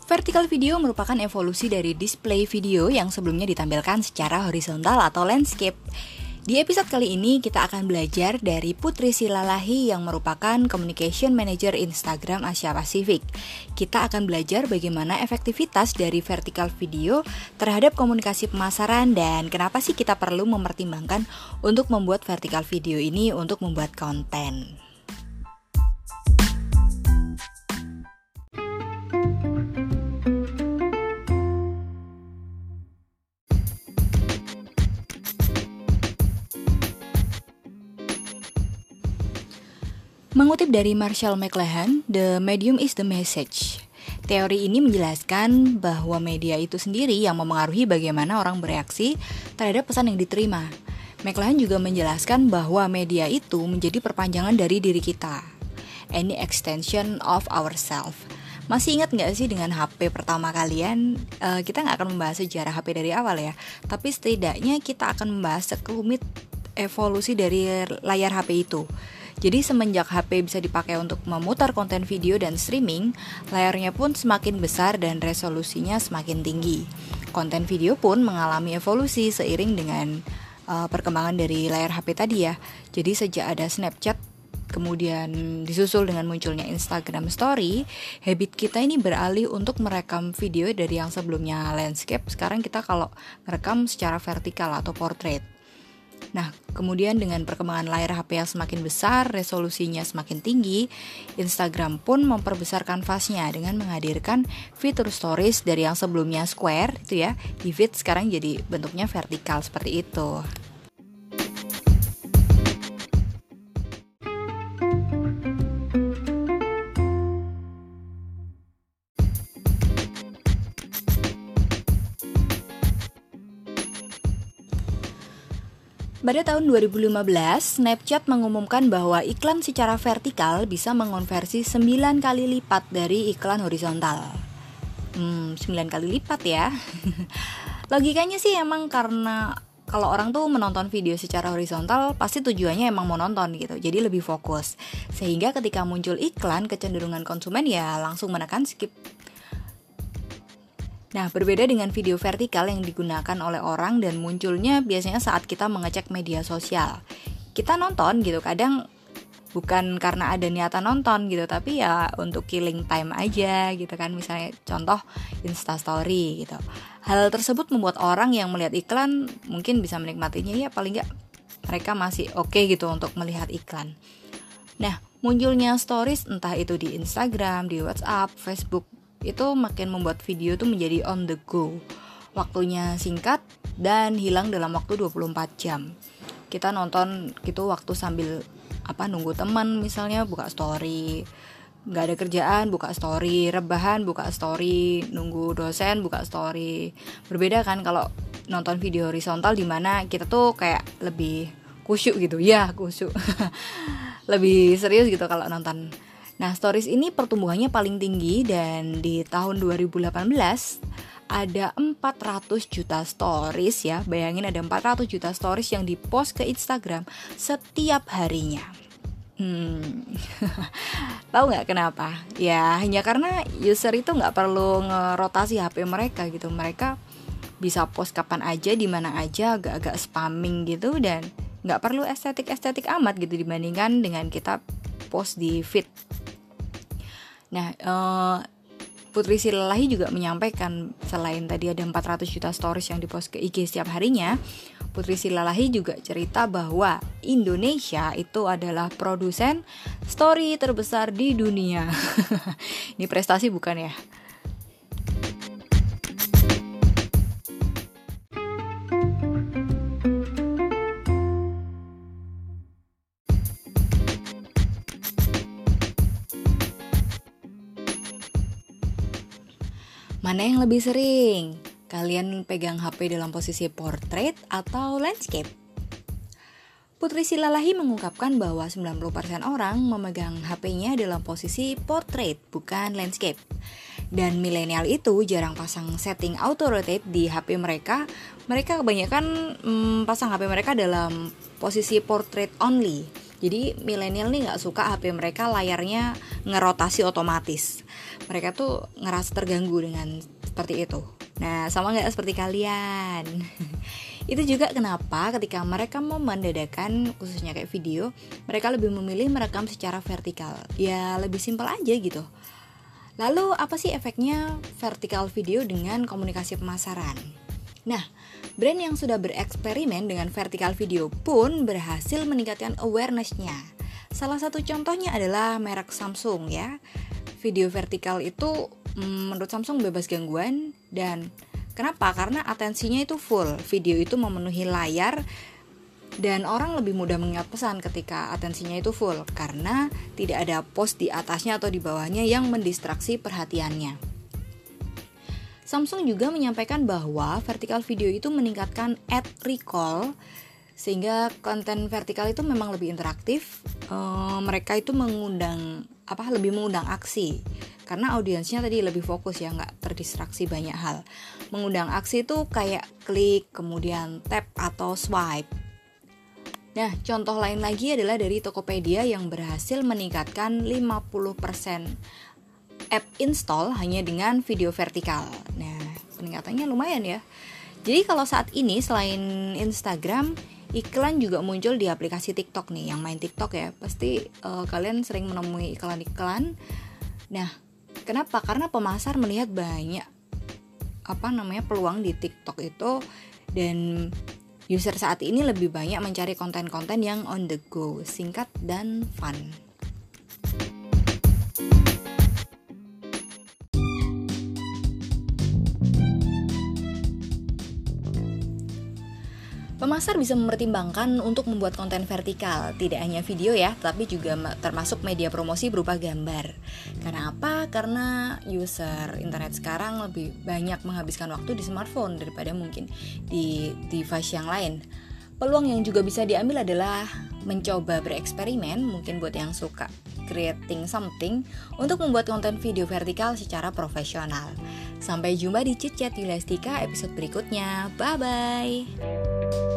Vertical video merupakan evolusi dari display video yang sebelumnya ditampilkan secara horizontal atau landscape. Di episode kali ini kita akan belajar dari Putri Silalahi yang merupakan Communication Manager Instagram Asia Pasifik. Kita akan belajar bagaimana efektivitas dari vertical video terhadap komunikasi pemasaran dan kenapa sih kita perlu mempertimbangkan untuk membuat vertical video ini untuk membuat konten. Mengutip dari Marshall McLuhan, "The medium is the message." Teori ini menjelaskan bahwa media itu sendiri yang memengaruhi bagaimana orang bereaksi terhadap pesan yang diterima. McLuhan juga menjelaskan bahwa media itu menjadi perpanjangan dari diri kita, any extension of ourselves. Masih ingat nggak sih dengan HP pertama kalian? Kita nggak akan membahas sejarah HP dari awal ya, tapi setidaknya kita akan membahas sekelumit evolusi dari layar HP itu. Jadi semenjak HP bisa dipakai untuk memutar konten video dan streaming, layarnya pun semakin besar dan resolusinya semakin tinggi. Konten video pun mengalami evolusi seiring dengan perkembangan dari layar HP tadi ya. Jadi sejak ada Snapchat, kemudian disusul dengan munculnya Instagram Story, habit kita ini beralih untuk merekam video dari yang sebelumnya landscape. Sekarang kita kalau merekam secara vertikal atau portrait. Nah, kemudian dengan perkembangan layar HP yang semakin besar, resolusinya semakin tinggi, Instagram pun memperbesar kanvasnya dengan menghadirkan fitur stories dari yang sebelumnya square, itu ya, di feed sekarang jadi bentuknya vertikal seperti itu. Pada tahun 2015, Snapchat mengumumkan bahwa iklan secara vertikal bisa mengonversi 9 kali lipat dari iklan horizontal. 9 kali lipat ya. Logikanya sih emang karena kalau orang tuh menonton video secara horizontal, pasti tujuannya emang mau nonton gitu, jadi lebih fokus. Sehingga ketika muncul iklan, kecenderungan konsumen ya langsung menekan skip. Nah, berbeda dengan video vertikal yang digunakan oleh orang dan munculnya biasanya saat kita mengecek media sosial. Kita nonton gitu, kadang bukan karena ada niatan nonton gitu, tapi ya untuk killing time aja gitu kan. Misalnya contoh Instastory gitu. Hal tersebut membuat orang yang melihat iklan mungkin bisa menikmatinya, ya paling nggak mereka masih oke gitu untuk melihat iklan. Nah, munculnya stories entah itu di Instagram, di WhatsApp, Facebook, itu makin membuat video tuh menjadi on the go. Waktunya singkat dan hilang dalam waktu 24 jam. Kita nonton gitu waktu sambil nunggu teman misalnya, buka story. Gak ada kerjaan, buka story. Rebahan, buka story. Nunggu dosen, buka story. Berbeda kan kalau nonton video horizontal di mana kita tuh kayak lebih khusyuk gitu. Ya, khusyuk. Lebih serius gitu kalau nonton. Nah, stories ini pertumbuhannya paling tinggi dan di tahun 2018 ada 400 juta stories ya. Bayangin ada 400 juta stories yang dipost ke Instagram setiap harinya. Tahu nggak kenapa? Ya hanya karena user itu nggak perlu ngerotasi HP mereka gitu. Mereka bisa post kapan aja, di mana aja, agak-agak spamming gitu dan nggak perlu estetik amat gitu dibandingkan dengan kita post di feed. Nah, Putri Silalahi juga menyampaikan selain tadi ada 400 juta stories yang dipost ke IG setiap harinya, Putri Silalahi juga cerita bahwa Indonesia itu adalah produsen story terbesar di dunia. Ini prestasi bukan ya? Mana yang lebih sering? Kalian pegang HP dalam posisi portrait atau landscape? Putri Silalahi mengungkapkan bahwa 90% orang memegang HP-nya dalam posisi portrait, bukan landscape. Dan milenial itu jarang pasang setting auto rotate di HP mereka. Mereka kebanyakan pasang HP mereka dalam posisi portrait only. Jadi milenial nih nggak suka HP mereka layarnya ngerotasi otomatis. Mereka tuh ngerasa terganggu dengan seperti itu. Nah, sama nggak seperti kalian? Itu juga kenapa ketika mereka mau mendadakan, khususnya kayak video, mereka lebih memilih merekam secara vertikal. Ya lebih simpel aja gitu. Lalu apa sih efeknya vertikal video dengan komunikasi pemasaran? Nah, brand yang sudah bereksperimen dengan vertikal video pun berhasil meningkatkan awareness-nya. Salah satu contohnya adalah merek Samsung ya. Video vertikal itu menurut Samsung bebas gangguan. Dan kenapa? Karena atensinya itu full. Video itu memenuhi layar dan orang lebih mudah mengingat pesan ketika atensinya itu full, karena tidak ada post di atasnya atau di bawahnya yang mendistraksi perhatiannya. Samsung juga menyampaikan bahwa vertical video itu meningkatkan ad recall, sehingga konten vertikal itu memang lebih interaktif. Mereka itu lebih mengundang aksi, karena audiensnya tadi lebih fokus ya, nggak terdistraksi banyak hal. Mengundang aksi itu kayak klik, kemudian tap atau swipe. Nah, contoh lain lagi adalah dari Tokopedia yang berhasil meningkatkan 50% app install hanya dengan video vertikal. Nah, peningkatannya lumayan ya. Jadi kalau saat ini selain Instagram, iklan juga muncul di aplikasi TikTok nih. Yang main TikTok ya, pasti kalian sering menemui iklan-iklan. Nah, kenapa? Karena pemasar melihat banyak peluang di TikTok itu, dan user saat ini lebih banyak mencari konten-konten yang on the go, singkat dan fun. Pemasar bisa mempertimbangkan untuk membuat konten vertikal, tidak hanya video ya, tapi juga termasuk media promosi berupa gambar. Karena apa? Karena user internet sekarang lebih banyak menghabiskan waktu di smartphone daripada mungkin di device yang lain. Peluang yang juga bisa diambil adalah mencoba bereksperimen, mungkin buat yang suka creating something, untuk membuat konten video vertikal secara profesional. Sampai jumpa di Chit Chat Yuliastika episode berikutnya. Bye-bye!